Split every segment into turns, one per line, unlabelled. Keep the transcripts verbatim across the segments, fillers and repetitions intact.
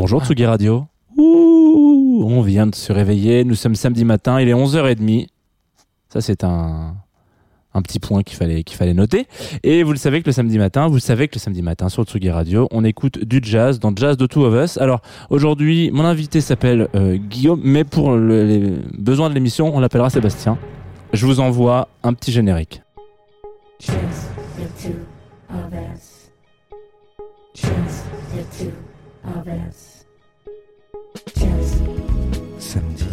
Bonjour Tsugi Radio. Ouh, on vient de se réveiller, nous sommes samedi matin, il est onze heures trente. Ça c'est un, un petit point qu'il fallait, qu'il fallait noter. Et vous le savez que le samedi matin, vous le savez que le samedi matin sur Tsugi Radio, on écoute du jazz dans Jazz de Two of Us. Alors aujourd'hui, mon invité s'appelle euh, Guillaume, mais pour le, les besoins de l'émission, on l'appellera Sébastien. Je vous envoie un petit générique. Jazz the Two of Us. Jazz the Two of Us. Jazz. Samedi.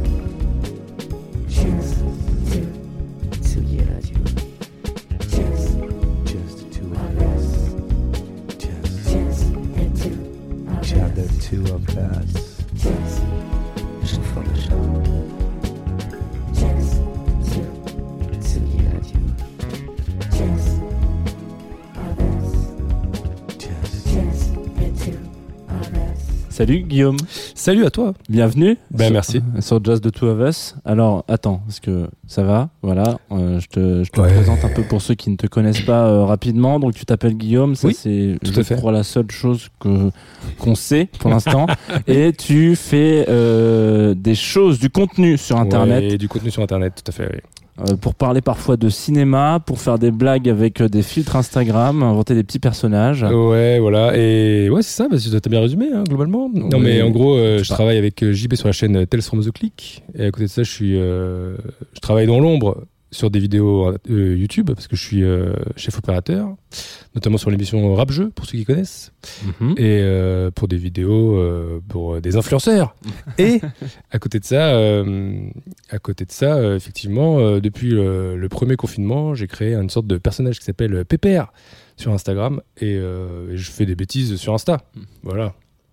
Jazz to Tsugi Radio. Jazz. Jazz the Two of Us. Jazz. Jazz the Two of Us. Jazz the Two of Us. Jazz. Je suis fort déjà. Jazz to Tsugi Radio. Jazz of Us. Jazz. Jazz the Two of Us. Salut Guillaume.
Salut à toi.
Bienvenue.
Ben
sur,
merci.
Sur Jazz de Two of Us. Alors attends, est-ce que ça va? Voilà, euh, je te, je te
ouais.
présente un peu pour ceux qui ne te connaissent pas euh, rapidement. Donc tu t'appelles Guillaume, ça
oui,
c'est
tout
je
à fait.
crois la seule chose que qu'on sait pour l'instant. Et tu fais euh, des choses, du contenu sur Internet.
Et ouais, du contenu sur Internet, tout à fait. Oui.
Euh, pour parler parfois de cinéma, pour faire des blagues avec euh, des filtres Instagram, inventer des petits personnages.
Ouais, voilà. Et ouais, c'est ça, parce que t'as bien résumé, hein, globalement. Non,
oui,
mais en gros, euh, je
pas.
travaille avec euh, J B sur la chaîne Tales from the Click. Et à côté de ça, je suis, euh, je travaille dans l'ombre sur des vidéos euh, YouTube, parce que je suis euh, chef opérateur, notamment sur l'émission Rap Jeu, pour ceux qui connaissent,
Mm-hmm.
et euh, pour des vidéos euh, pour des influenceurs. Et à côté de ça, euh, à côté de ça, euh, effectivement, euh, depuis euh, le premier confinement, j'ai créé une sorte de personnage qui s'appelle Pépère sur Instagram, et, euh, et je fais des bêtises sur Insta. Voilà.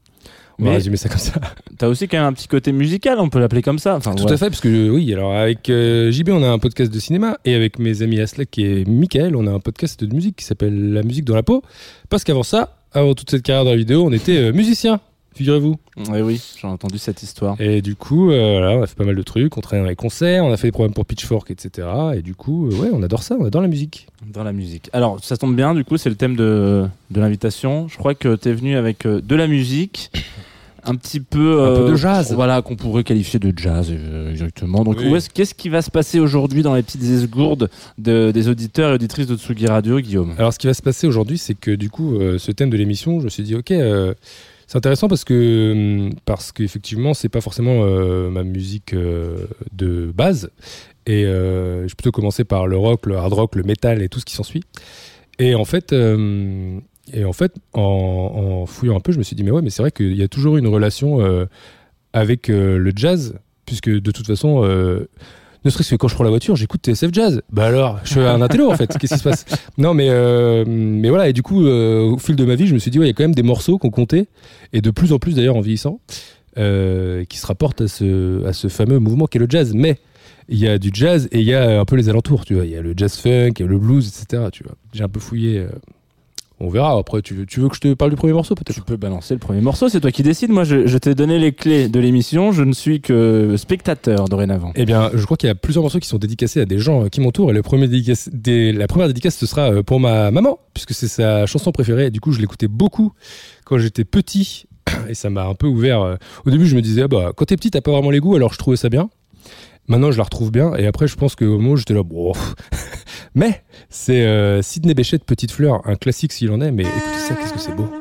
On
Mais
va résumer ça comme ça.
T'as aussi quand même un petit côté musical, on peut l'appeler comme ça. Enfin,
Tout
ouais.
à fait, parce que oui, alors avec euh, J B, on a un podcast de cinéma, et avec mes amis Aslak et Mickaël, on a un podcast de musique qui s'appelle La musique dans la peau. Parce qu'avant ça, avant toute cette carrière dans la vidéo, on était euh, musiciens, figurez-vous.
Oui, oui, j'ai entendu cette histoire.
Et du coup, euh, voilà, on a fait pas mal de trucs, on traîne dans les concerts, on a fait des programmes pour Pitchfork, et cetera. Et du coup, euh, ouais, on adore ça, on adore la musique.
Dans la musique. Alors, ça tombe bien, du coup, c'est le thème de, de l'invitation. Je crois que t'es venu avec euh, de la musique. Un petit peu,
Un
euh,
peu de jazz.
Voilà, qu'on pourrait qualifier de jazz, euh, exactement. Donc,
Oui.
où est-ce, qu'est-ce qui va se passer aujourd'hui dans les petites esgourdes de, des auditeurs et auditrices de Tsugi Radio, Guillaume?
Alors, ce qui va se passer aujourd'hui, c'est que du coup, euh, ce thème de l'émission, je me suis dit, ok, euh, c'est intéressant parce que, parce qu'effectivement, c'est pas forcément euh, ma musique euh, de base. Et euh, je vais plutôt commencer par le rock, le hard rock, le metal et tout ce qui s'ensuit. Et en fait, euh, et en fait, en, en fouillant un peu, je me suis dit, mais ouais, mais c'est vrai qu'il y a toujours une relation euh, avec euh, le jazz, puisque de toute façon, euh, ne serait-ce que quand je prends la voiture, j'écoute T S F Jazz. Bah alors, je suis un intello en fait. Qu'est-ce qui se passe? Non, mais euh, mais voilà. Et du coup, euh, au fil de ma vie, je me suis dit, ouais, il y a quand même des morceaux qu'on comptait, et de plus en plus d'ailleurs en vieillissant, euh, qui se rapportent à ce à ce fameux mouvement qu'est le jazz. Mais il y a du jazz et il y a un peu les alentours, tu vois. Il y a le jazz funk, il y a le blues, et cetera. Tu vois. J'ai un peu fouillé. Euh, on verra. Après, tu veux, tu veux que je te parle du premier morceau peut-être?
Tu peux balancer le premier morceau, c'est toi qui décides. Moi, je, je t'ai donné les clés de l'émission. Je ne suis que spectateur dorénavant.
Eh bien, je crois qu'il y a plusieurs morceaux qui sont dédicacés à des gens qui m'entourent. Et le premier dédicace, des, la première dédicace, ce sera pour ma maman, puisque c'est sa chanson préférée. Et du coup, je l'écoutais beaucoup quand j'étais petit. Et ça m'a un peu ouvert. Au début, je me disais, ah bah, quand t'es petit, t'as pas vraiment les goûts, alors je trouvais ça bien. Maintenant, je la retrouve bien. Et après, je pense qu'au moment où j'étais là, bon. Mais c'est euh, Sidney Bechet, Petite Fleur, un classique s'il en est. Mais écoutez ça, qu'est-ce que c'est beau.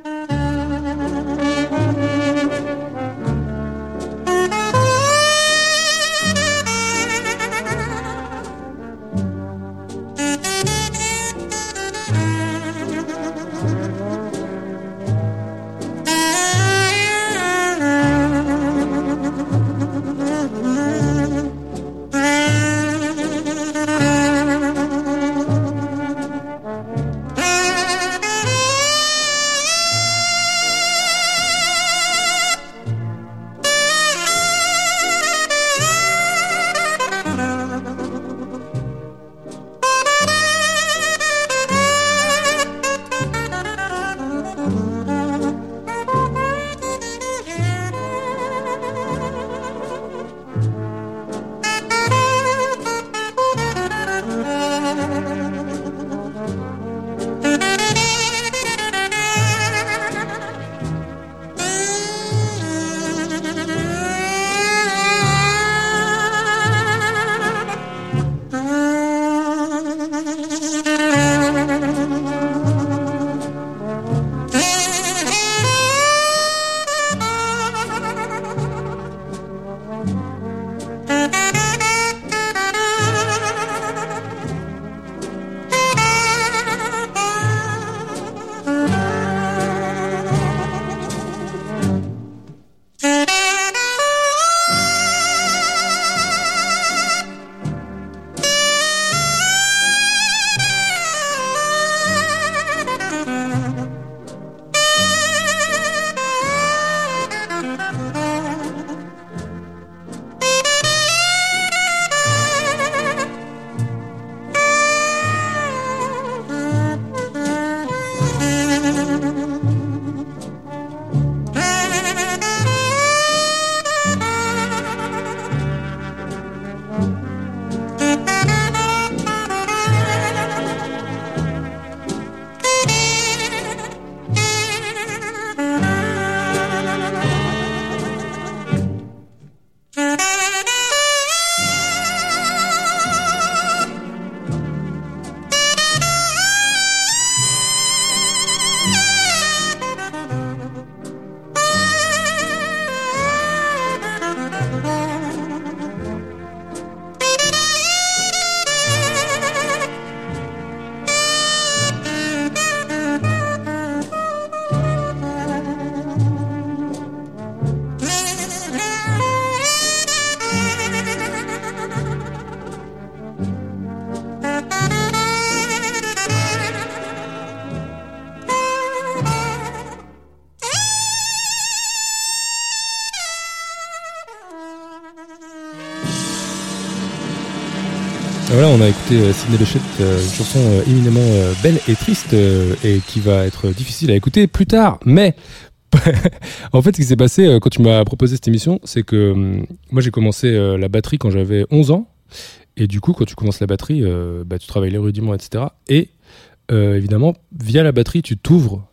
Voilà, on a écouté euh, Sidney Bechet, euh, une chanson euh, éminemment euh, belle et triste euh, et qui va être difficile à écouter plus tard. Mais en fait, ce qui s'est passé euh, quand tu m'as proposé cette émission, c'est que euh, moi j'ai commencé euh, la batterie quand j'avais onze ans. Et du coup, quand tu commences la batterie, euh, bah, tu travailles les rudiments, et cetera. Et euh, évidemment, via la batterie, tu t'ouvres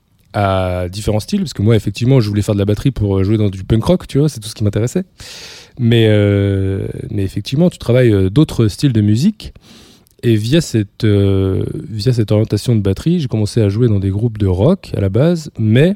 à différents styles. Parce que moi, effectivement, je voulais faire de la batterie pour jouer dans du punk rock, tu vois, c'est tout ce qui m'intéressait. Mais, euh, mais effectivement, tu travailles euh, d'autres styles de musique. Et via cette, euh, via cette orientation de batterie, j'ai commencé à jouer dans des groupes de rock à la base. Mais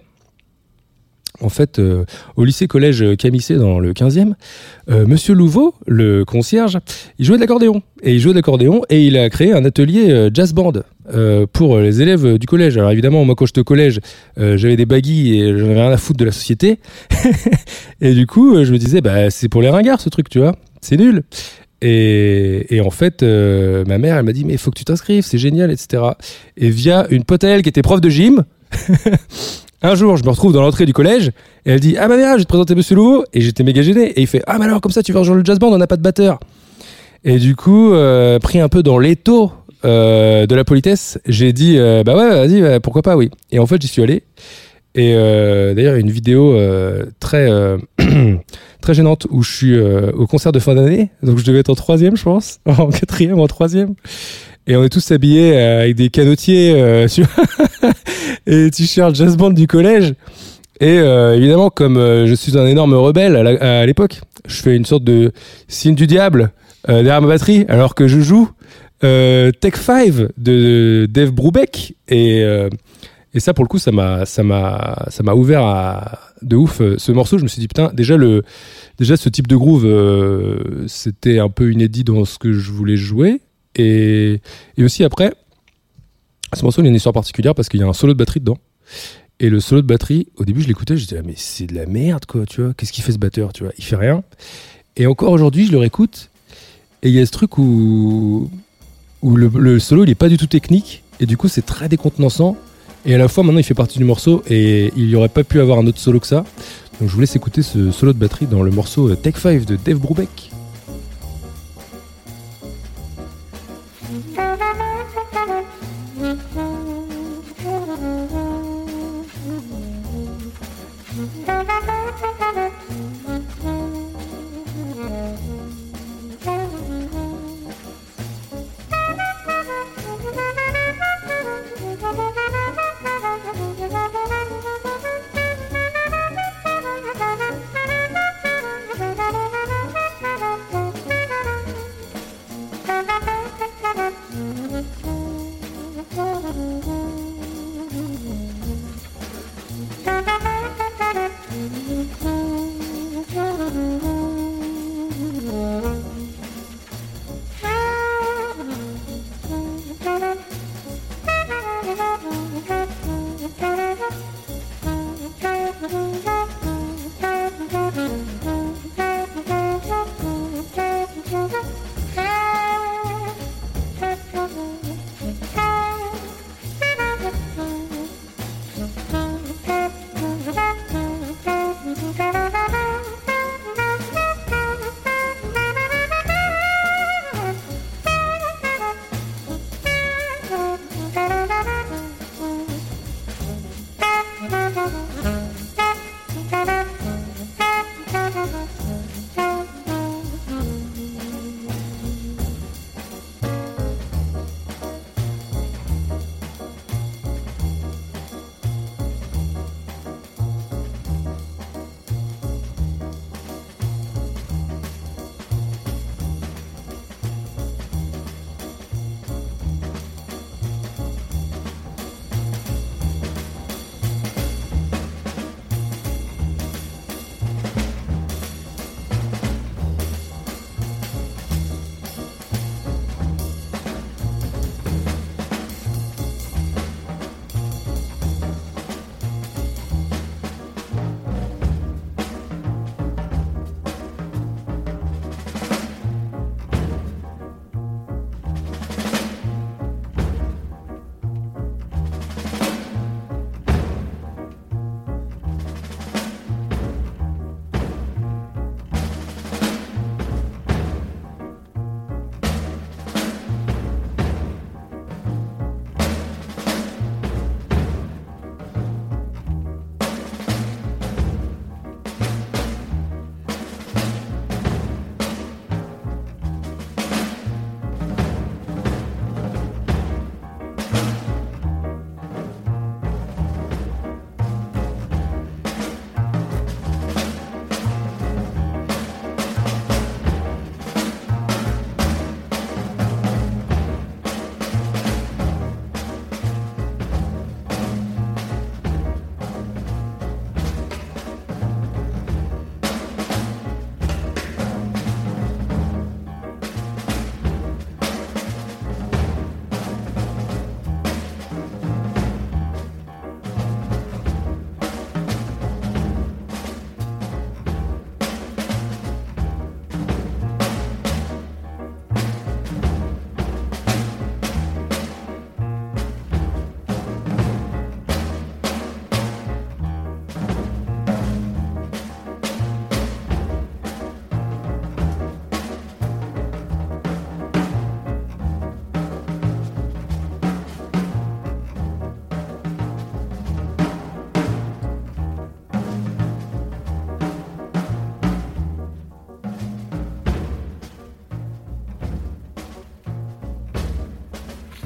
en fait, euh, au lycée-collège Camissé dans le quinzième, euh, Monsieur Louveau, le concierge, il jouait de l'accordéon. Et il jouait de l'accordéon et il a créé un atelier euh, jazz band euh, pour les élèves du collège. Alors évidemment, moi quand j'étais au collège, euh, j'avais des baguilles et j'en avais rien à foutre de la société. Et du coup, je me disais, bah, c'est pour les ringards ce truc, tu vois. C'est nul. Et, et en fait, euh, ma mère, elle m'a dit, mais il faut que tu t'inscrives, c'est génial, et cetera. Et via une pote à elle qui était prof de gym, un jour, je me retrouve dans l'entrée du collège et elle dit « Ah bah viens, je vais te présenter Monsieur Louveau » et j'étais méga gêné. Et il fait « Ah mais alors, comme ça, tu vas rejoindre le jazz band, on n'a pas de batteur. » Et du coup, euh, pris un peu dans l'étau euh, de la politesse, j'ai dit euh, « Bah ouais, vas-y, bah, pourquoi pas, oui. » Et en fait, j'y suis allé. Et euh, d'ailleurs, il y a une vidéo euh, très, euh, très gênante où je suis euh, au concert de fin d'année. Donc je devais être en troisième, je pense, en quatrième ou en troisième. Et on est tous habillés euh, avec des canotiers euh, sur et t-shirt jazz band du collège. Et euh, évidemment, comme euh, je suis un énorme rebelle à, la, à l'époque, je fais une sorte de signe du diable euh, derrière ma batterie, alors que je joue euh, Tech five de Dave Brubeck. Et, euh, et ça, pour le coup, ça m'a, ça m'a, ça m'a ouvert à, de ouf euh, ce morceau. Je me suis dit, putain, déjà, le, déjà ce type de groove, euh, c'était un peu inédit dans ce que je voulais jouer. Et, et aussi après, ce morceau il a une histoire particulière parce qu'il y a un solo de batterie dedans. Et le solo de batterie, au début je l'écoutais, je disais ah, mais c'est de la merde quoi, tu vois. Qu'est-ce qu'il fait ce batteur, tu vois. Il fait rien. Et encore aujourd'hui je le réécoute et il y a ce truc où où le, le solo il est pas du tout technique et du coup c'est très décontenançant. Et à la fois maintenant il fait partie du morceau et il y aurait pas pu avoir un autre solo que ça. Donc je vous laisse écouter ce solo de batterie dans le morceau Tech five de Dave Brubeck.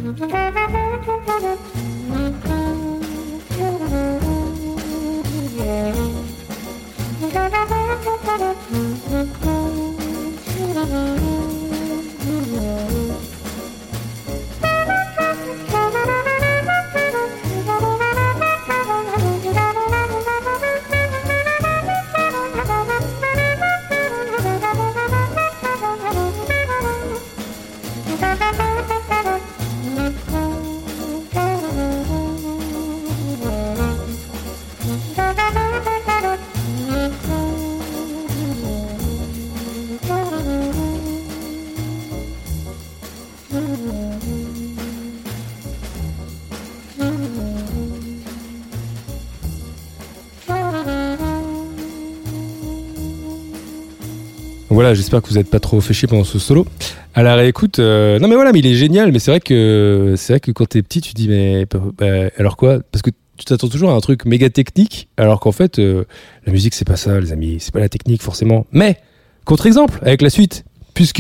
Voilà, j'espère que vous n'êtes pas trop fait chier pendant ce solo. À la réécoute, euh, non mais voilà, mais il est génial. Mais c'est vrai que c'est vrai que quand t'es petit, tu te dis mais bah, alors quoi ? Parce que tu t'attends toujours à un truc méga technique, alors qu'en fait, euh, la musique c'est pas ça, les amis, c'est pas la technique forcément. Mais contre-exemple avec la suite, puisque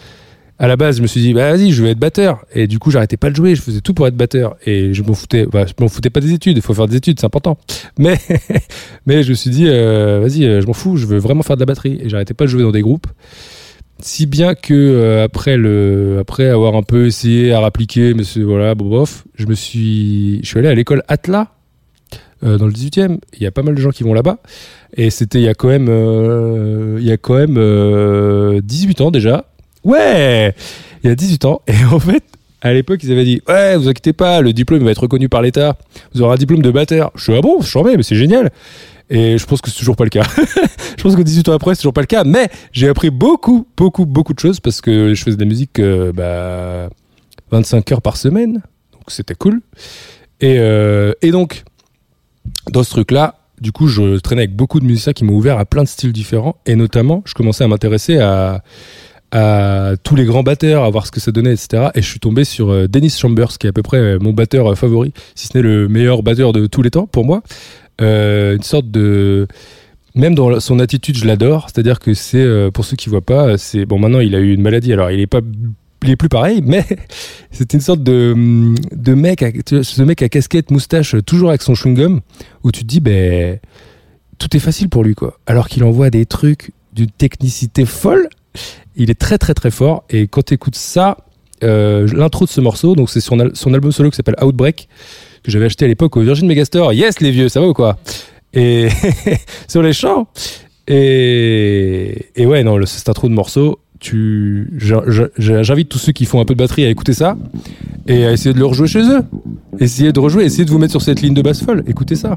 à la base, je me suis dit, bah vas-y, je vais être batteur. Et du coup, j'arrêtais pas de jouer, je faisais tout pour être batteur. Et je m'en foutais, bah, je m'en foutais pas des études, il faut faire des études, c'est important. Mais, mais je me suis dit, euh, vas-y, je m'en fous, je veux vraiment faire de la batterie. Et j'arrêtais pas de jouer dans des groupes. Si bien que, euh, après, le, après avoir un peu essayé à rappliquer, mais c'est, voilà, bon, bof, je me suis, je suis allé à l'école Atlas, euh, dans le dix-huitième. Il y a pas mal de gens qui vont là-bas. Et c'était il y a quand même, euh, il y a quand même euh, dix-huit ans déjà. Ouais, il y a dix-huit ans. Et en fait, à l'époque, ils avaient dit, ouais, vous inquiétez pas, le diplôme va être reconnu par l'État. Vous aurez un diplôme de batteur. Je suis, ah bon, je suis mais c'est génial. Et je pense que c'est toujours pas le cas. Je pense que dix-huit ans après, c'est toujours pas le cas. Mais j'ai appris beaucoup, beaucoup, beaucoup de choses parce que je faisais de la musique, euh, bah, vingt-cinq heures par semaine. Donc c'était cool. Et, euh, et donc, dans ce truc-là, du coup, je traînais avec beaucoup de musiciens qui m'ont ouvert à plein de styles différents. Et notamment, je commençais à m'intéresser à, à tous les grands batteurs, à voir ce que ça donnait, et cetera. Et je suis tombé sur euh, Dennis Chambers, qui est à peu près euh, mon batteur euh, favori, si ce n'est le meilleur batteur de tous les temps pour moi. Euh, une sorte de... Même dans son attitude, je l'adore. C'est-à-dire que c'est, euh, pour ceux qui voient pas, c'est... Bon, maintenant, il a eu une maladie, alors il est pas... Il est plus pareil, mais c'est une sorte de, de mec, à, ce mec à casquette, moustache, toujours avec son chewing-gum, où tu te dis, ben, tout est facile pour lui, quoi. Alors qu'il envoie des trucs d'une technicité folle. Il est très très très fort, et quand tu écoutes ça, euh, l'intro de ce morceau, donc c'est son, al- son album solo qui s'appelle Outbreak, que j'avais acheté à l'époque au Virgin Megastore. Yes les vieux, ça va ou quoi? Et sur les chants. Et, et ouais, non, le, cette intro de morceau, tu, j'invite tous ceux qui font un peu de batterie à écouter ça et à essayer de le rejouer chez eux. Essayez de rejouer, essayez de vous mettre sur cette ligne de basse folle. Écoutez ça.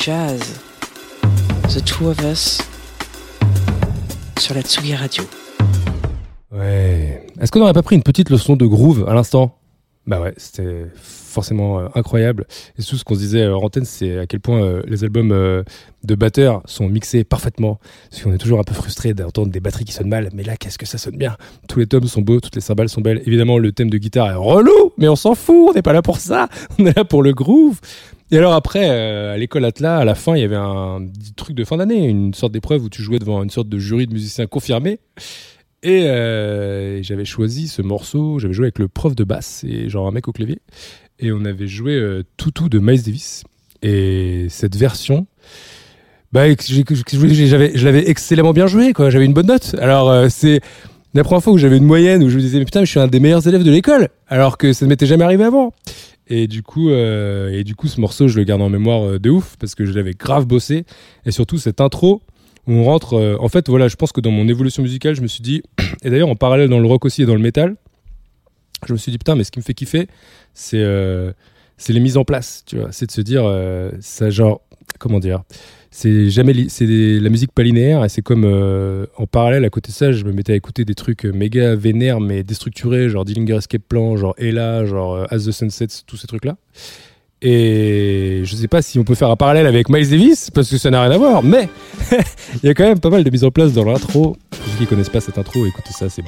jazz. The Two of Us sur la Tsugi Radio.
Ouais. Est-ce qu'on n'aurait pas pris une petite leçon de groove à l'instant ? Bah ouais, c'était forcément euh, incroyable. Et tout ce qu'on se disait euh, en antenne, c'est à quel point euh, les albums euh, de batteurs sont mixés parfaitement. Parce qu'on est toujours un peu frustré d'entendre des batteries qui sonnent mal. Mais là, qu'est-ce que ça sonne bien. Tous les tomes sont beaux, toutes les cymbales sont belles. Évidemment, le thème de guitare est relou, mais on s'en fout, on n'est pas là pour ça. On est là pour le groove. Et alors après, euh, à l'école Atlas, à la fin, il y avait un truc de fin d'année, une sorte d'épreuve où tu jouais devant une sorte de jury de musiciens confirmés. Et euh, j'avais choisi ce morceau, j'avais joué avec le prof de basse, et genre un mec au clavier, et on avait joué euh, Toutou de Miles Davis. Et cette version, bah, j'ai, j'ai, j'avais, je l'avais excellemment bien joué, quoi. J'avais une bonne note. Alors euh, c'est la première fois où j'avais une moyenne, où je me disais mais putain, mais je suis un des meilleurs élèves de l'école, alors que ça ne m'était jamais arrivé avant. Et du coup, euh, et du coup, ce morceau, je le garde en mémoire euh, de ouf, parce que je l'avais grave bossé, et surtout cette intro. Où on rentre, euh, en fait, voilà, je pense que dans mon évolution musicale, je me suis dit, et d'ailleurs en parallèle dans le rock aussi et dans le métal, je me suis dit putain, mais ce qui me fait kiffer, c'est euh, c'est les mises en place, tu vois, c'est de se dire, euh, ça genre, comment dire, c'est jamais, li- c'est des- la musique pas linéaire, et c'est comme euh, en parallèle à côté de ça, je me mettais à écouter des trucs méga vénères mais déstructurés, genre Dillinger Escape Plan, genre Ella, genre euh, As the Sunsets, tous ces trucs là. Et je sais pas si on peut faire un parallèle avec Miles Davis, parce que ça n'a rien à voir, mais il y a quand même pas mal de mise en place dans l'intro. Pour ceux qui connaissent pas cette intro, écoutez ça, c'est beau.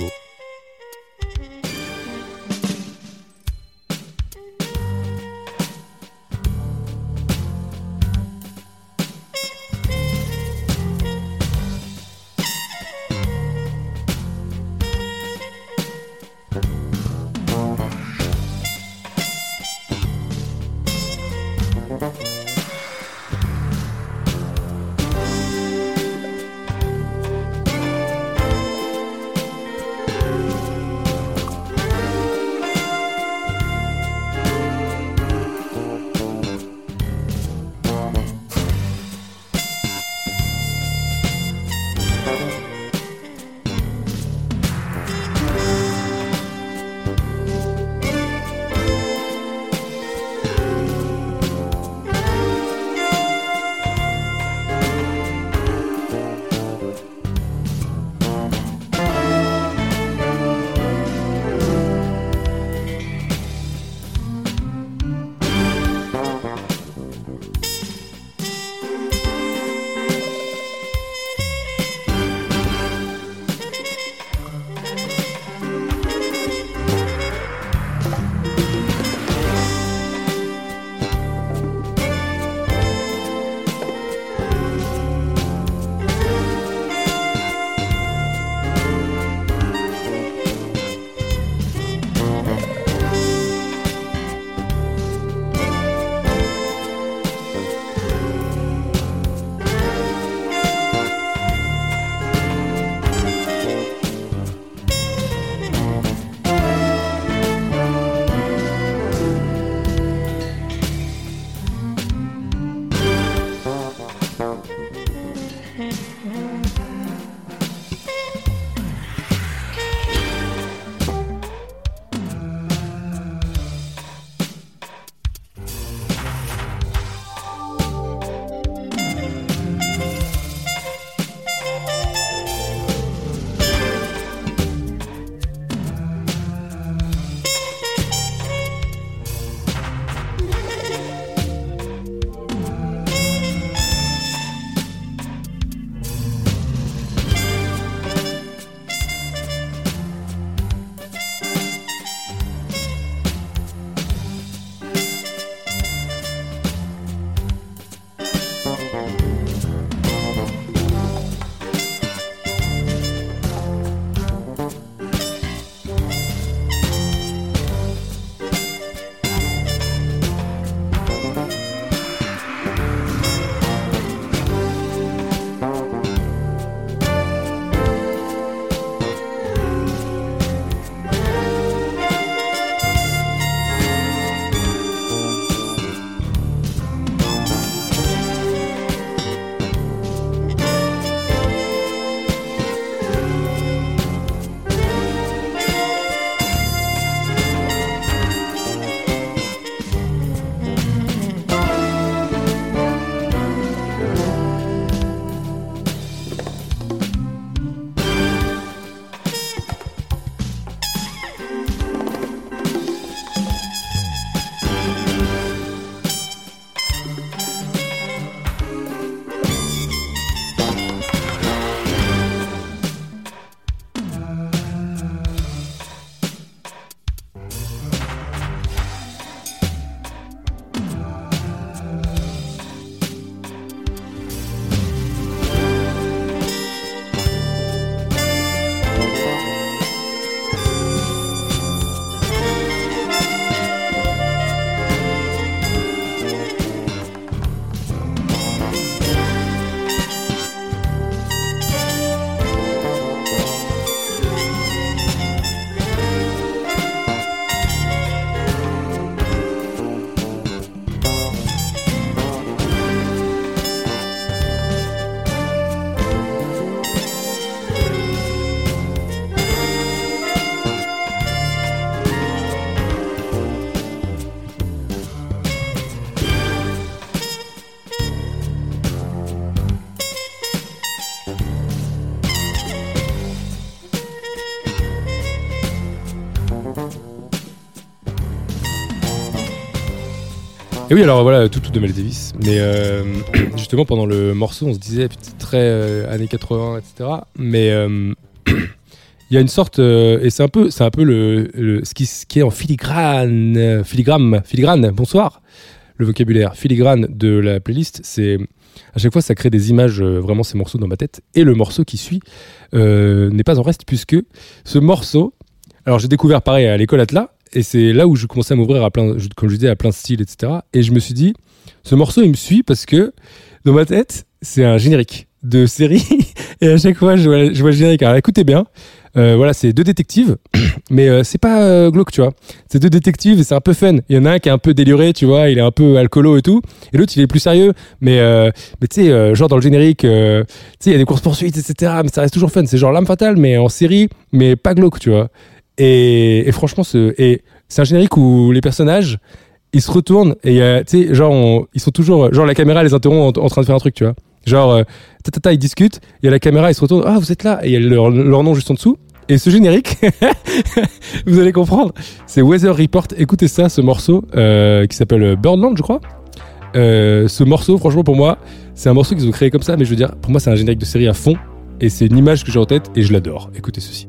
Et oui, alors voilà, tout, tout de Miles Davis. Mais euh, justement, pendant le morceau, on se disait, putain, très euh, années quatre-vingts, et cetera. Mais euh, il y a une sorte, euh, et c'est un peu, c'est un peu le, le ce, qui, ce qui est en filigrane, euh, filigrane, filigrane, bonsoir, le vocabulaire, filigrane de la playlist, c'est à chaque fois ça crée des images, euh, vraiment ces morceaux dans ma tête. Et le morceau qui suit euh, n'est pas en reste, puisque ce morceau, alors j'ai découvert pareil à l'école Atlas, et c'est là où je commençais à m'ouvrir à plein, comme je disais, à plein de styles, et cetera. Et je me suis dit, ce morceau, il me suit parce que dans ma tête, c'est un générique de série. Et à chaque fois, je vois, je vois le générique. Alors écoutez bien, euh, voilà, c'est deux détectives, mais euh, c'est pas euh, glauque, tu vois. C'est deux détectives et c'est un peu fun. Il y en a un qui est un peu déluré, tu vois, il est un peu alcoolo et tout. Et l'autre, il est plus sérieux. Mais, euh, mais tu sais, euh, genre dans le générique, euh, tu sais, il y a des courses-poursuites, et cetera. Mais ça reste toujours fun. C'est genre L'Arme Fatale, mais en série, mais pas glauque, tu vois. Et, et franchement, ce, et c'est un générique où les personnages, ils se retournent et euh, tu sais, genre, on, ils sont toujours, genre la caméra les interrompt en, en train de faire un truc, tu vois. Genre, euh, tata, ils discutent, il y a la caméra, ils se retournent, ah, vous êtes là, et il y a leur, leur nom juste en dessous. Et ce générique, vous allez comprendre, c'est Weather Report. Écoutez ça, ce morceau euh, qui s'appelle Birdland, je crois. Euh, ce morceau, franchement, pour moi, c'est un morceau qu'ils ont créé comme ça, mais je veux dire, pour moi, c'est un générique de série à fond et c'est une image que j'ai en tête et je l'adore. Écoutez ceci.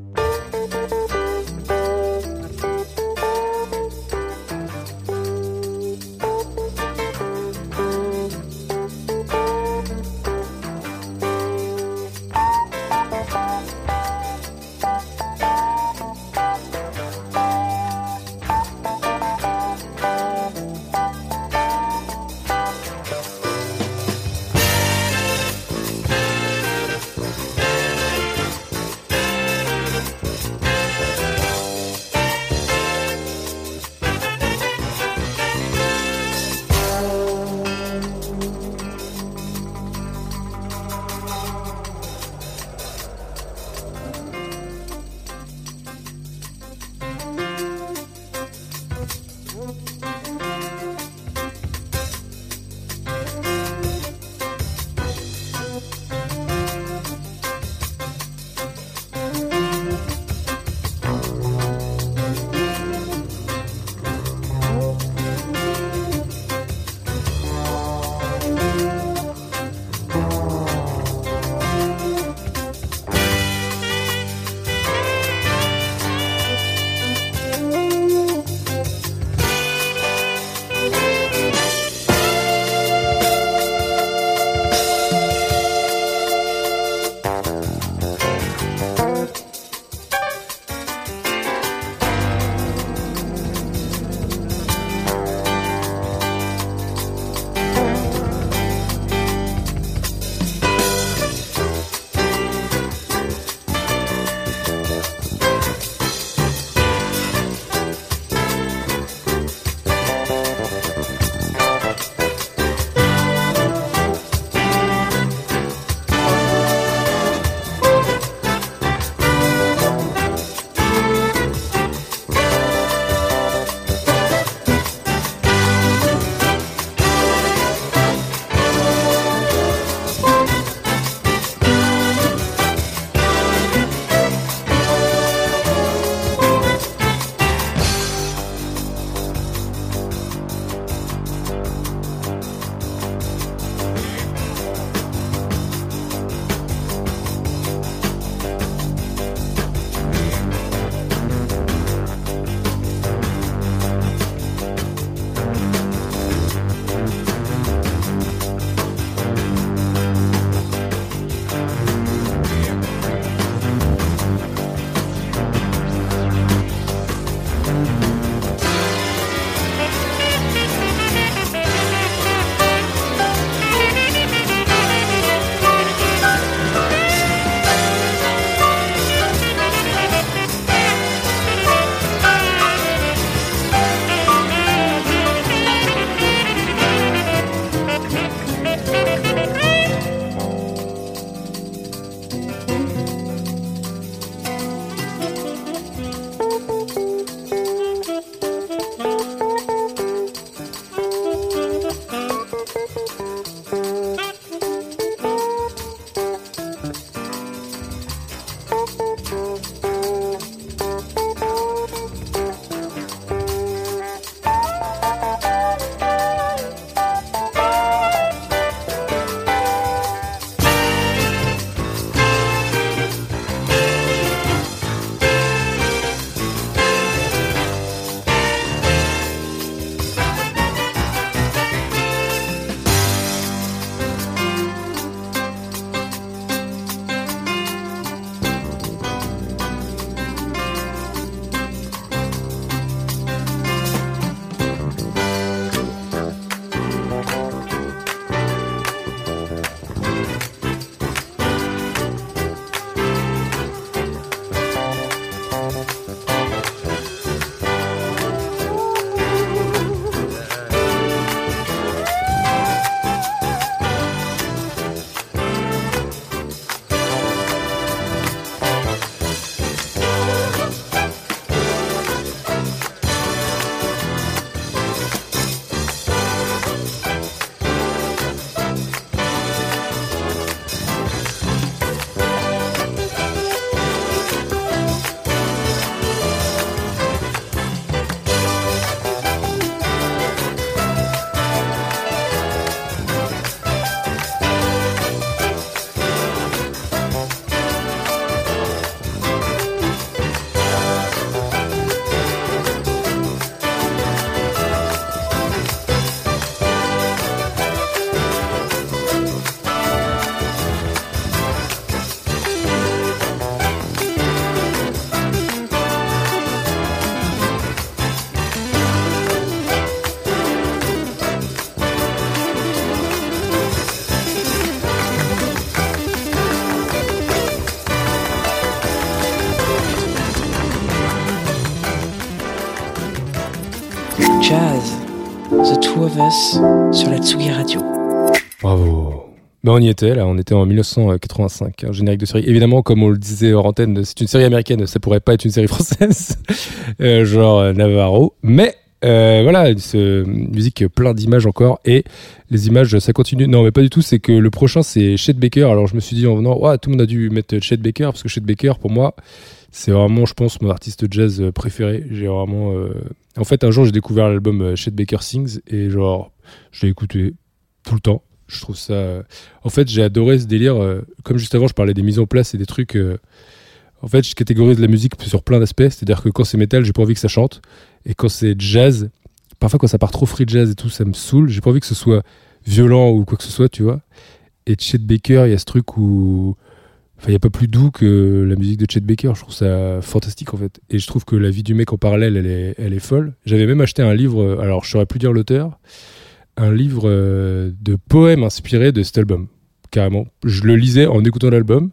of Us sur la Tsugi Radio.
Bravo. Ben on y était, là, on était en dix-neuf cent quatre-vingt-cinq, un générique de série. Évidemment, comme on le disait hors antenne, c'est une série américaine, ça pourrait pas être une série française, euh, genre euh, Navarro. Mais euh, voilà, une musique plein d'images encore, et les images, ça continue. Non, mais pas du tout, c'est que le prochain, c'est Chet Baker. Alors je me suis dit en venant, ouais, tout le monde a dû mettre Chet Baker, parce que Chet Baker, pour moi, c'est vraiment, je pense, mon artiste jazz préféré. J'ai vraiment... Euh... En fait, un jour, j'ai découvert l'album Chet Baker Sings, et genre, je l'ai écouté tout le temps. Je trouve ça... En fait, j'ai adoré ce délire. Comme juste avant, je parlais des mises en place et des trucs... Euh... En fait, je catégorise la musique sur plein d'aspects. C'est-à-dire que quand c'est métal, j'ai pas envie que ça chante. Et quand c'est jazz, parfois quand ça part trop free jazz et tout, ça me saoule. J'ai pas envie que ce soit violent ou quoi que ce soit, tu vois. Et Chet Baker, il y a ce truc où... Enfin, il n'y a pas plus doux que la musique de Chet Baker. Je trouve ça fantastique, en fait. Et je trouve que la vie du mec en parallèle, elle est, elle est folle. J'avais même acheté un livre... Alors, je saurais plus dire l'auteur... un livre euh, de poèmes inspirés de cet album, carrément. Je le lisais en écoutant l'album,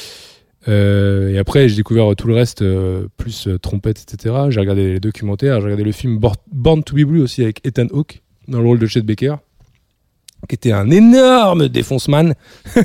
euh, et après j'ai découvert tout le reste, euh, plus euh, trompette, et cetera. J'ai regardé les documentaires, j'ai regardé le film Born to be Blue aussi avec Ethan Hawke dans le rôle de Chet Baker, qui était un énorme défonce-man,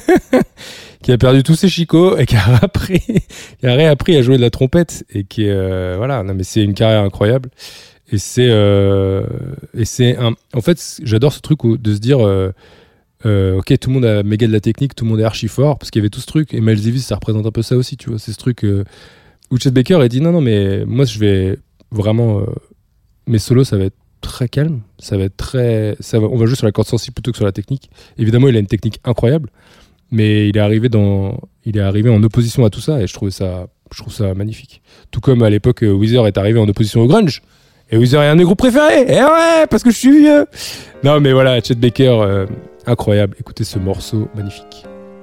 qui a perdu tous ses chicots et qui a réappris, qui a réappris à jouer de la trompette, et qui est, euh, voilà, non mais c'est une carrière incroyable. Et c'est, euh, et c'est un, en fait, j'adore ce truc où, de se dire, euh, euh, ok, tout le monde a méga de la technique, tout le monde est archi fort, parce qu'il y avait tout ce truc, et Miles Davis, ça représente un peu ça aussi, tu vois, c'est ce truc euh, où Chet Baker a dit, non, non, mais moi, je vais vraiment, euh, mes solos, ça va être très calme, ça va être très, ça va, on va jouer sur la corde sensible plutôt que sur la technique. Évidemment, il a une technique incroyable, mais il est arrivé dans, il est arrivé en opposition à tout ça, et je trouve ça, je trouve ça magnifique. Tout comme à l'époque, Weezer est arrivé en opposition au grunge. Et Weezer est un de mes groupes préférés. Et ouais, parce que je suis vieux. Non, mais voilà, Chet Baker, euh, incroyable. Écoutez ce morceau magnifique.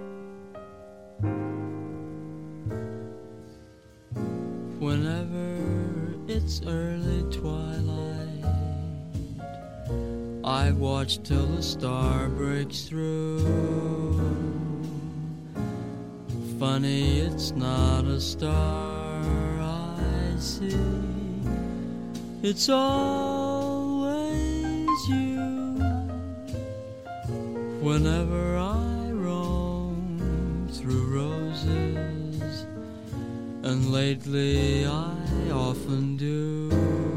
Whenever it's early twilight, I watch till the star breaks through. Funny, it's not a star I see. It's always you. Whenever I roam through roses, and lately I often do.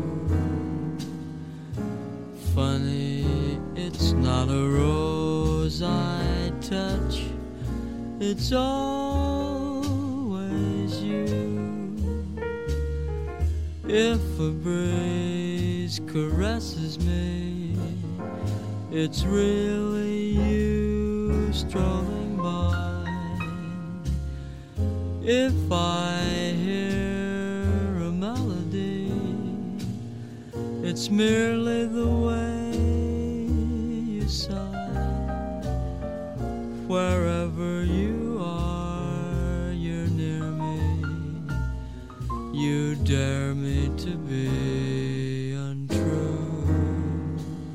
Funny, it's not a rose I touch, it's always you. If a breeze caresses me, it's really you strolling by. If I hear a melody, it's merely the way you sigh. Wherever you are, you're near me. You dare me to be untrue.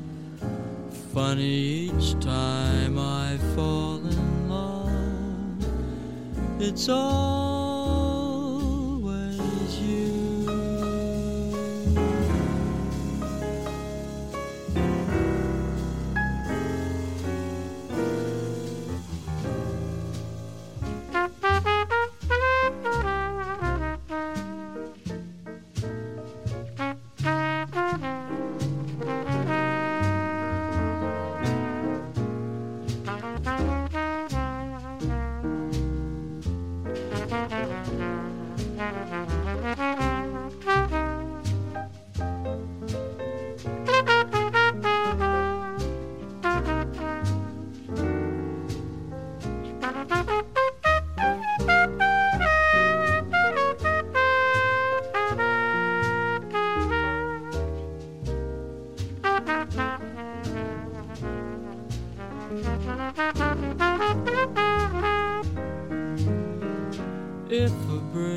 Funny, each time I fall in love, it's always you. If a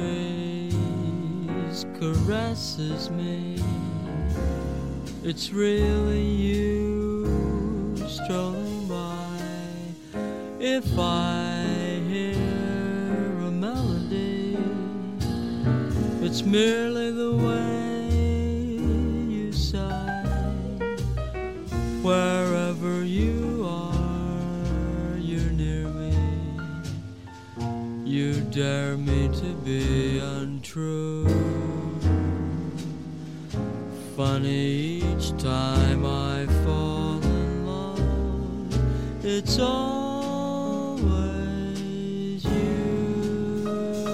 breeze caresses me, it's really you strolling by. If I hear a melody, it's merely the way you sigh. Where are made to be untrue. Funny, each time I fall in love, it's always you.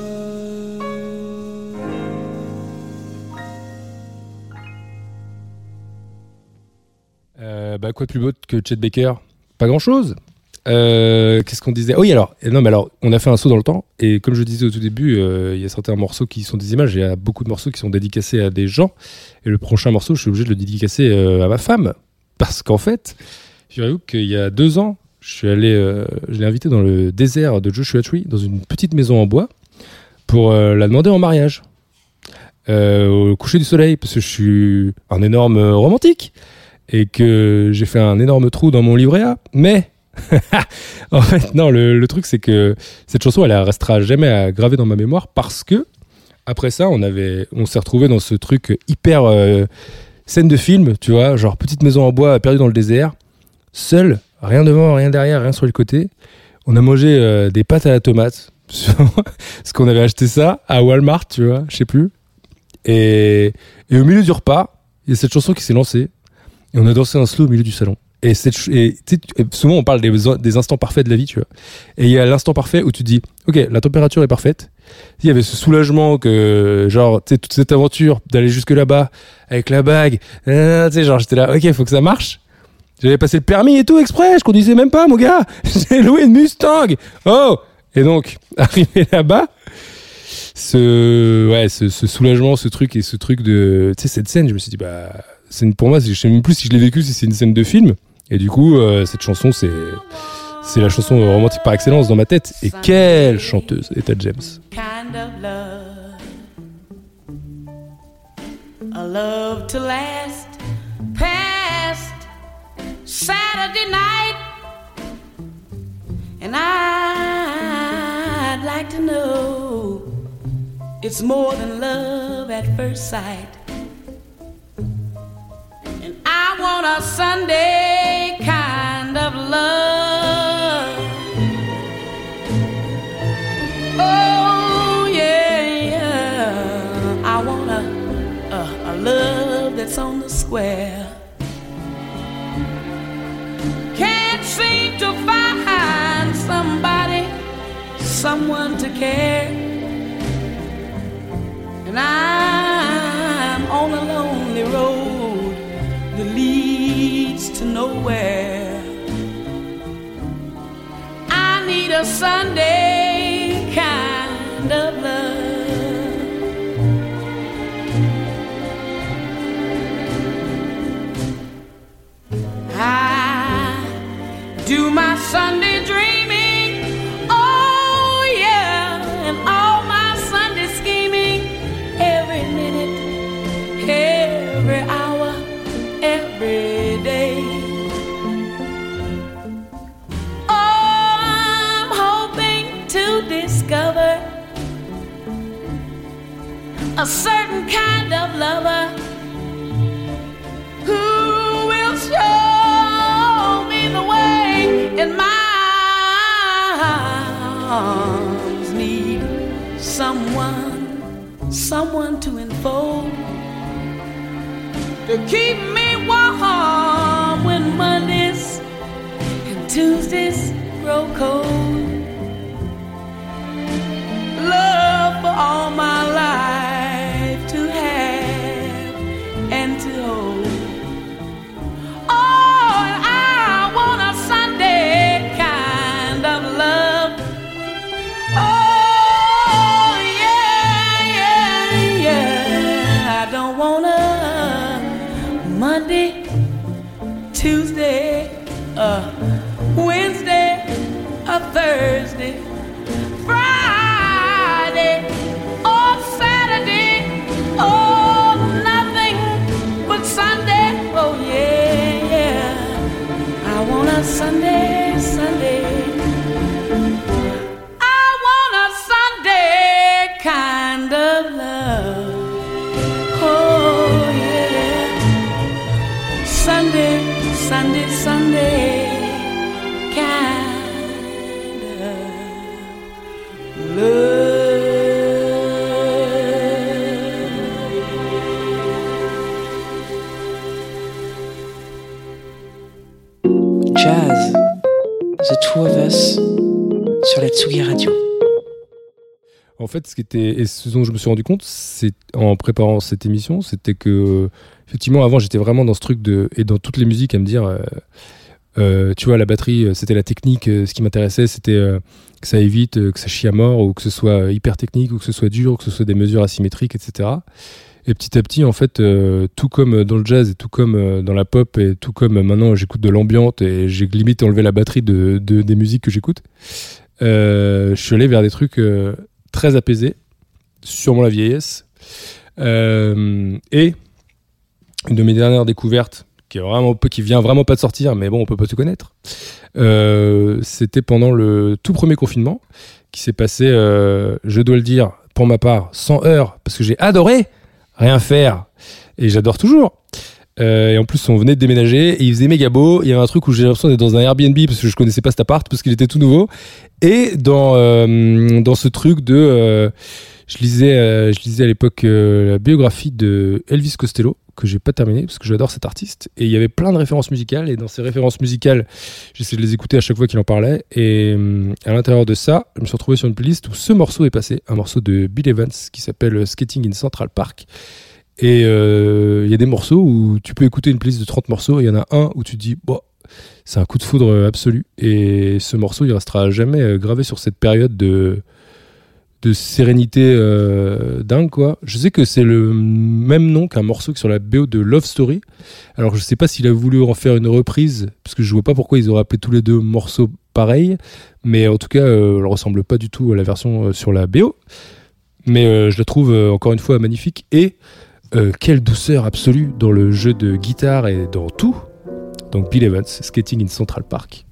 Euh, bah quoi de plus beau que Chet Baker? Pas grand chose. Euh, qu'est-ce qu'on disait? Oui, alors, non, mais alors, on a fait un saut dans le temps, et comme je disais au tout début, euh, il y a certains morceaux qui sont des images, il y a beaucoup de morceaux qui sont dédicacés à des gens, et le prochain morceau, je suis obligé de le dédicacer euh, à ma femme, parce qu'en fait, figurez-vous qu'il y a deux ans, je suis allé, euh, je l'ai invité dans le désert de Joshua Tree, dans une petite maison en bois, pour euh, la demander en mariage, euh, au coucher du soleil, parce que je suis un énorme romantique, et que j'ai fait un énorme trou dans mon livret A, mais en fait, non, le, le truc, c'est que cette chanson, elle restera jamais gravée dans ma mémoire parce que, après ça, on, avait, on s'est retrouvé dans ce truc hyper euh, scène de film, tu vois, genre petite maison en bois perdue dans le désert, seul, rien devant, rien derrière, rien sur les côtés. On a mangé euh, des pâtes à la tomate, parce qu'on avait acheté ça à Walmart, tu vois, je sais plus. Et, et au milieu du repas, il y a cette chanson qui s'est lancée, et on a dansé un slow au milieu du salon. Et, cette, et souvent on parle des, des instants parfaits de la vie, tu vois. Et il y a l'instant parfait où tu te dis, ok, la température est parfaite. Il y avait ce soulagement que, genre, tu sais, toute cette aventure d'aller jusque là-bas avec la bague, euh, tu sais, genre, j'étais là, ok, faut que ça marche. J'avais passé le permis et tout exprès, je conduisais même pas, mon gars. J'ai loué une Mustang. Oh! Et donc, arrivé là-bas, ce, ouais, ce, ce soulagement, ce truc et ce truc de, tu sais, cette scène, je me suis dit, bah, c'est une, pour moi, je sais même plus si je l'ai vécu, si c'est une scène de film. Et du coup, euh, cette chanson, c'est, c'est la chanson romantique par excellence dans ma tête. Et quelle chanteuse, Etta James.
Kind of love, a love to last past Saturday night, and I'd like to know it's more than love at first sight. I want a Sunday kind of love. Oh yeah, yeah. I want a, a, a love that's on the square. Can't seem to find somebody, someone to care. And I'm on a lonely road that leads to nowhere. I need a Sunday kind of love. I do my Sunday dreaming, oh yeah, and all my Sunday scheming, every minute, every hour, every day. Oh, I'm hoping to discover a certain kind of lover who will show me the way, and my arms need someone, someone to enfold, to keep me warm when Mondays and Tuesdays grow cold. Love for all my life to have and to hold. Oh, and I want a Sunday kind of love. Oh, yeah, yeah, yeah. I don't want a Monday, Tuesday, uh, Wednesday, a Thursday, Friday, or Saturday, oh, nothing but Sunday. Oh yeah, yeah. I want a Sunday, Sunday. I want a Sunday kind of love. Oh yeah. Sunday, Sunday, Sunday kind of love.
Jazz, The Two of Us, sur la Tsugi Radio.
En fait, ce qui était et ce dont je me suis rendu compte, c'est en préparant cette émission, c'était que effectivement avant j'étais vraiment dans ce truc de et dans toutes les musiques à me dire, euh, euh, tu vois, la batterie, c'était la technique, euh, ce qui m'intéressait, c'était euh, que ça évite, euh, que ça chie à mort, ou que ce soit hyper technique, ou que ce soit dur, ou que ce soit des mesures asymétriques, et cetera. Et petit à petit, en fait, euh, tout comme dans le jazz et tout comme euh, dans la pop et tout comme euh, maintenant j'écoute de l'ambiante et j'ai limite enlevé la batterie de, de des musiques que j'écoute, euh, je suis allé vers des trucs euh, très apaisés, sûrement la vieillesse. Euh, et une de mes dernières découvertes, qui est vraiment qui vient vraiment pas de sortir, mais bon, on peut pas tout connaître. Euh, c'était pendant le tout premier confinement, qui s'est passé, euh, je dois le dire, pour ma part, sans heurts, parce que j'ai adoré rien faire, et j'adore toujours. Euh, et en plus, on venait de déménager, et il faisait méga beau. Il y avait un truc où j'ai l'impression d'être dans un Airbnb, parce que je connaissais pas cet appart, parce qu'il était tout nouveau. Et dans euh, dans ce truc de, euh, je lisais, euh, je lisais à l'époque euh, la biographie de Elvis Costello, que j'ai pas terminé parce que j'adore cet artiste, et il y avait plein de références musicales, et dans ces références musicales j'essayais de les écouter à chaque fois qu'il en parlait, et euh, à l'intérieur de ça je me suis retrouvé sur une playlist où ce morceau est passé, un morceau de Bill Evans qui s'appelle Skating in Central Park, et il euh, y a des morceaux où tu peux écouter une playlist de trente morceaux, et il y en a un où tu te dis bon, c'est un coup de foudre absolu, et ce morceau il restera jamais gravé sur cette période de de sérénité euh, dingue, quoi. Je sais que c'est le même nom qu'un morceau sur la B O de Love Story. Alors je sais pas s'il a voulu en faire une reprise, parce que je vois pas pourquoi ils auraient appelé tous les deux morceaux pareils, mais en tout cas euh, elle ressemble pas du tout à la version euh, sur la B O, mais euh, je la trouve euh, encore une fois magnifique, et euh, quelle douceur absolue dans le jeu de guitare et dans tout. Donc Bill Evans, Skating in Central Park.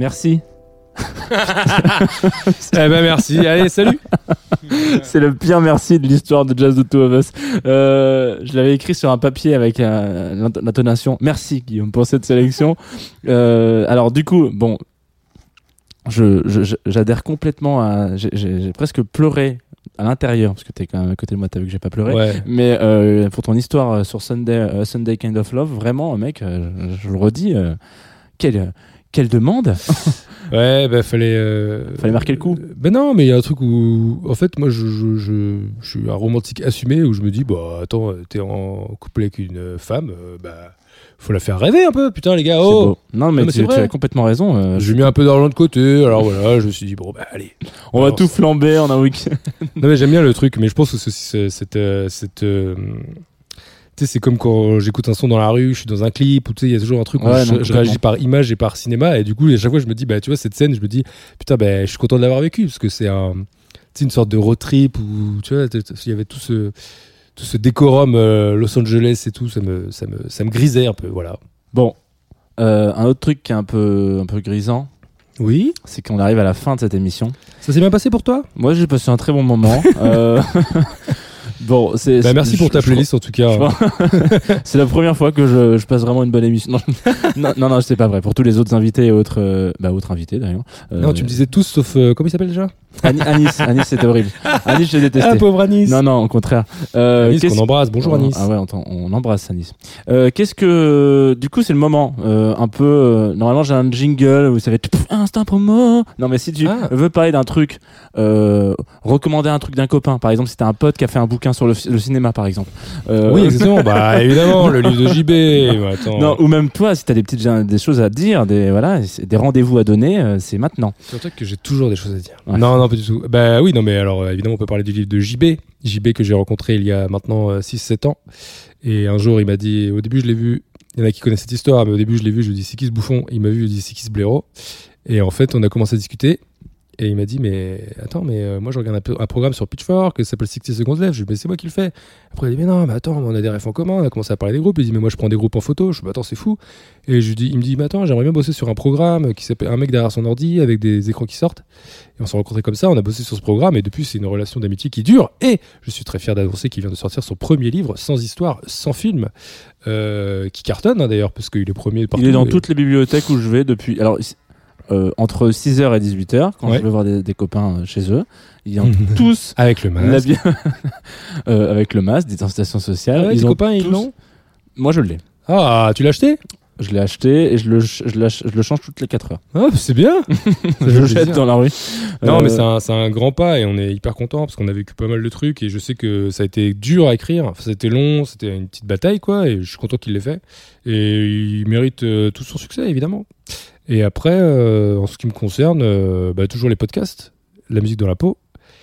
Merci.
Eh ben merci, allez salut.
C'est le pire merci de l'histoire de Jazz de Two of Us. Euh, je l'avais écrit sur un papier avec euh, l'int- l'intonation. Merci Guillaume pour cette sélection. Euh, alors du coup, bon, je, je, je- j'adhère complètement à. J'ai, j'ai, j'ai presque pleuré à l'intérieur parce que t'es quand même à côté de moi. T'as vu que j'ai pas pleuré.
Ouais.
Mais euh, pour ton histoire euh, sur Sunday, euh, Sunday Kind of Love, vraiment, mec, euh, je, je le redis. Euh, quelle quelle demande.
Ouais, bah fallait. Euh...
Fallait marquer le coup.
euh, Ben non, mais il y a un truc où, en fait, moi, je, je, je, je suis un romantique assumé où je me dis, bah attends, t'es en couple avec une femme, euh, bah faut la faire rêver un peu, putain les gars.
C'est
Oh.
beau. Non mais,
Non, mais
tu,
c'est vrai.
tu as complètement raison. euh,
J'ai mis un peu d'argent de côté, alors voilà, je me suis dit bon bah allez.
on va
Alors,
tout flamber en un week-end.
Non mais j'aime bien le truc, mais je pense que c'est aussi ce- cette, euh, cette, euh, tu sais, c'est comme quand j'écoute un son dans la rue, je suis dans un clip, ou tu sais, il y a toujours un truc où
Ouais,
je,
non,
je réagis
complètement.
par image et par cinéma, et du coup, à chaque fois, je me dis, bah, tu vois, cette scène, je me dis, putain, bah, je suis content de l'avoir vécu, parce que c'est un, tu sais, une sorte de road trip où, tu vois, t- t- il y avait tout ce, tout ce décorum euh, Los Angeles et tout, ça me, ça me, ça me grisait un peu, voilà.
Bon, euh, un autre truc qui est un peu, un peu grisant,
Oui.
c'est qu'on arrive à la fin de cette émission.
Ça s'est bien passé pour toi?
Moi, j'ai passé un très bon moment. euh... Bon, c'est.
Bah,
c'est-
merci pour
je-
ta
je-
playlist en tout cas.
je- C'est la première fois que je, je passe vraiment une bonne émission. Non, non, non, non, c'est pas vrai. Pour tous les autres invités et autres, euh, bah, autres invités d'ailleurs. Euh,
Non, tu me disais tous sauf, euh, comment il s'appelle déjà?
Ani- Anis, Anis, c'était horrible. Anis, je l'ai détesté.
Ah, pauvre Anis.
Non, non, au contraire. Euh,
Anis
qu'est-ce-
qu'on embrasse, bonjour Anis.
Ah ouais, on, t'en- on embrasse Anis. Euh, qu'est-ce que, du coup, c'est le moment, euh, un peu. Euh, normalement, j'ai un jingle où ça va être pff, instant promo. Non, mais si tu
Ah.
veux parler d'un truc, euh, recommander un truc d'un copain, par exemple, si t'as un pote qui a fait un bouquin sur le, le cinéma, par exemple. Euh,
Oui, exactement. Bah, évidemment, le livre de J B. Bah, attends.
Non, ou même toi, si t'as des petites des choses à dire, des voilà, c'est- des rendez-vous à donner, euh, c'est maintenant.
C'est un truc que j'ai toujours des choses à dire.
Ouais.
Non, non, pas du tout. Bah oui, non, mais alors, euh, évidemment, on peut parler du livre de J B. J B que j'ai rencontré il y a maintenant six sept ans. Et un jour, il m'a dit, au début, je l'ai vu. Il y en a qui connaissent cette histoire, mais au début, je l'ai vu, je lui ai dit, c'est qui ce bouffon? Il m'a vu, je lui ai dit, c'est qui ce blaireau? Et en fait, on a commencé à discuter. Et il m'a dit, mais attends, mais euh, moi je regarde un, peu- un programme sur Pitchfork qui s'appelle sixty Seconds Left. Je lui ai dit, mais c'est moi qui le fais. Après, il a dit, mais non, mais attends, on a des refs en commun. On a commencé à parler des groupes. Il dit, mais moi je prends des groupes en photo. Je lui ai dit, bah, attends, c'est fou. Et je lui dis, il me dit, mais attends, j'aimerais bien bosser sur un programme qui s'appelle Un mec derrière son ordi avec des écrans qui sortent. Et on s'est rencontrés comme ça. On a bossé sur ce programme. Et depuis, c'est une relation d'amitié qui dure. Et je suis très fier d'annoncer qu'il vient de sortir son premier livre, sans histoire, sans film, euh, qui cartonne hein, d'ailleurs, parce qu'il est premier partout.
Il est dans
Et-
toutes les bibliothèques où je vais depuis. Alors, euh, entre six heures et dix-huit heures, quand
Ouais.
je vais voir des, des copains euh, chez eux, ils ont tous
Avec le
la
masque.
bi- euh, avec le masque, distanciation sociale.
Ah ouais,
ils
tes
ont
copains, ils
tous-
l'ont?
Moi, je l'ai.
Ah, tu l'as acheté?
Je l'ai acheté et je le, ch- je, l'ach- je le change toutes les quatre heures.
Ah, c'est bien. Ça
Je
fait
le jette
plaisir.
dans la rue.
Non,
Euh,
mais c'est un, c'est un grand pas et on est hyper content parce qu'on a vécu pas mal de trucs et je sais que ça a été dur à écrire. Enfin, c'était long, c'était une petite bataille quoi et je suis content qu'il l'ait fait. Et il mérite euh, tout son succès évidemment. Et après, euh, en ce qui me concerne, euh, bah, toujours les podcasts, la musique dans la peau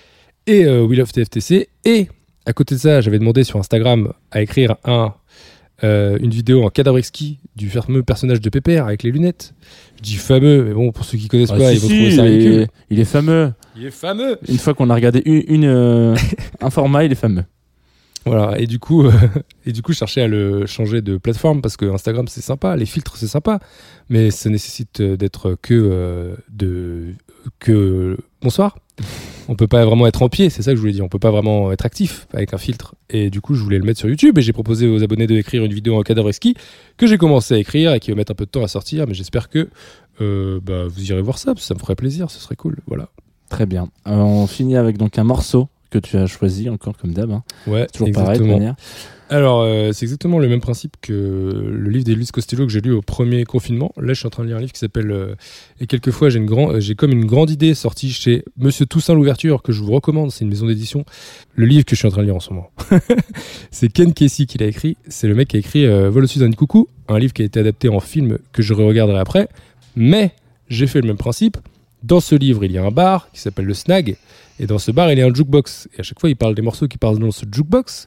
et euh, We Love T F T C. Et à côté de ça, j'avais demandé sur Instagram à écrire un, euh, une vidéo en cadavre exquis du fameux personnage de Pépère avec les lunettes. Je dis fameux, mais bon, pour ceux qui connaissent
ah,
pas,
si,
ils vont
si,
trouver ça
il,
ridicule.
est, il est fameux.
Il est fameux.
Une fois qu'on a regardé une, une, euh, un format, il est fameux.
Voilà, et du coup, euh, et du coup, je cherchais à le changer de plateforme parce que Instagram c'est sympa, les filtres c'est sympa, mais ça nécessite euh, d'être que euh, de que bonsoir. On peut pas vraiment être en pied, c'est ça que je voulais dire. On peut pas vraiment être actif avec un filtre. Et du coup, je voulais le mettre sur YouTube et j'ai proposé aux abonnés de écrire une vidéo en cadavre ski que j'ai commencé à écrire et qui va mettre un peu de temps à sortir, mais j'espère que euh, bah, vous irez voir ça, parce que ça me ferait plaisir, ce serait cool. Voilà.
Très bien. Euh, on finit avec donc un morceau que tu as choisi, encore comme d'hab. Hein.
Ouais,
Toujours pareil de
exactement.
manière.
Alors, euh, c'est exactement le même principe que le livre d'Élise Costello que j'ai lu au premier confinement. Là, je suis en train de lire un livre qui s'appelle euh, Et quelquefois, j'ai, une grand, euh, j'ai comme une grande idée sortie chez Monsieur Toussaint l'Ouverture que je vous recommande. C'est une maison d'édition. Le livre que je suis en train de lire en ce moment. C'est Ken Kesey qui l'a écrit. C'est le mec qui a écrit euh, Vol au-dessus d'un coucou, un livre qui a été adapté en film que je re-regarderai après. Mais j'ai fait le même principe. Dans ce livre, il y a un bar qui s'appelle le Snag. Et dans ce bar, il y a un jukebox. Et à chaque fois, il parle des morceaux qui parlent dans ce jukebox.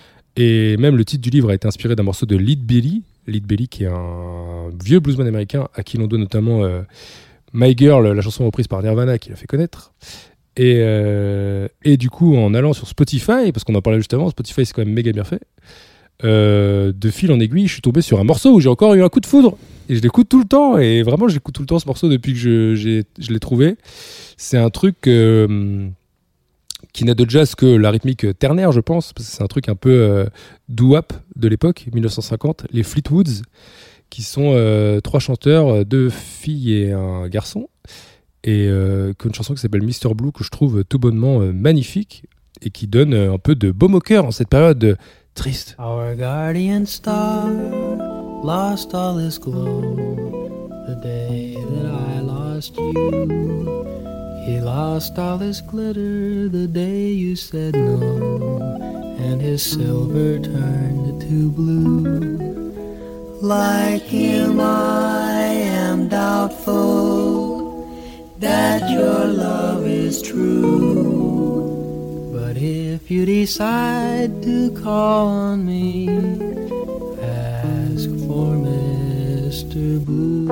Et même le titre du livre a été inspiré d'un morceau de Lead Belly. Lead Belly, qui est un vieux bluesman américain à qui l'on doit notamment euh, My Girl, la chanson reprise par Nirvana, qui l'a fait connaître. Et, euh, et du coup, en allant sur Spotify, parce qu'on en parlait juste avant, Spotify c'est quand même méga bien fait, euh, de fil en aiguille, je suis tombé sur un morceau où j'ai encore eu un coup de foudre. Et je l'écoute tout le temps, et vraiment, je l'écoute tout le temps, ce morceau, depuis que je, j'ai, je l'ai trouvé. C'est un truc euh, qui n'a de jazz que la rythmique ternaire, je pense, parce que c'est un truc un peu euh, doo-wop de l'époque, dix-neuf cent cinquante, les Fleetwoods, qui sont euh, trois chanteurs, deux filles et un garçon, et euh, une chanson qui s'appelle mister Blue, que je trouve tout bonnement euh, magnifique, et qui donne euh, un peu de baume au cœur en cette période euh, triste.
Our guardian star lost all his glow the day that I lost you. He lost all his glitter the day you said no, and his silver turned to blue. Like him I am doubtful that your love is true, but if you decide to call on me, ask for Mister Blue.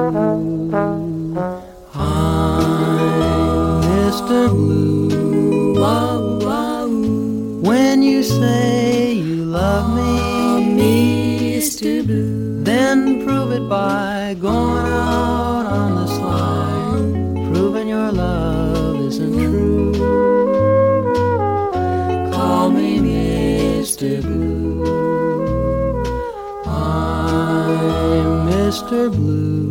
I'm Mister Blue. Wah, wah, woo. When you say you love me, Mister Blue, then prove it by going out on the slide, proving your love isn't true. Call me Mister Blue. I'm Mister Blue.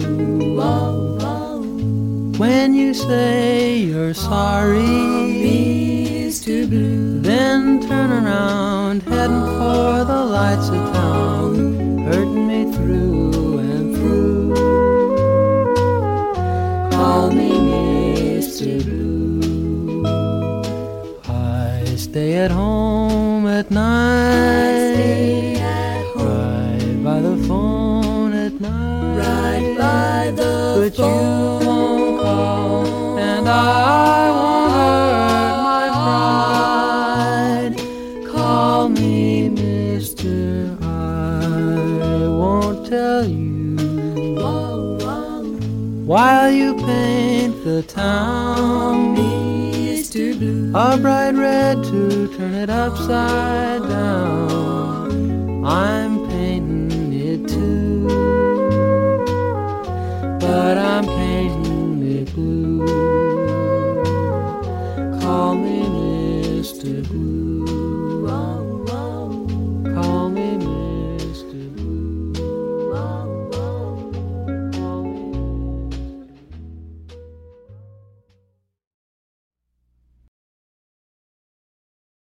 When you say you're sorry, Mister Blue, then turn around, heading for the lights of town, hurting me through and through. Call me Mister Blue. I stay at home at night, right by the phone at night, right by the but phone. You won't call, and I won't hurt my pride. Call me Mister I won't tell you while you paint the town, Mister Blue, a bright red to turn it upside down.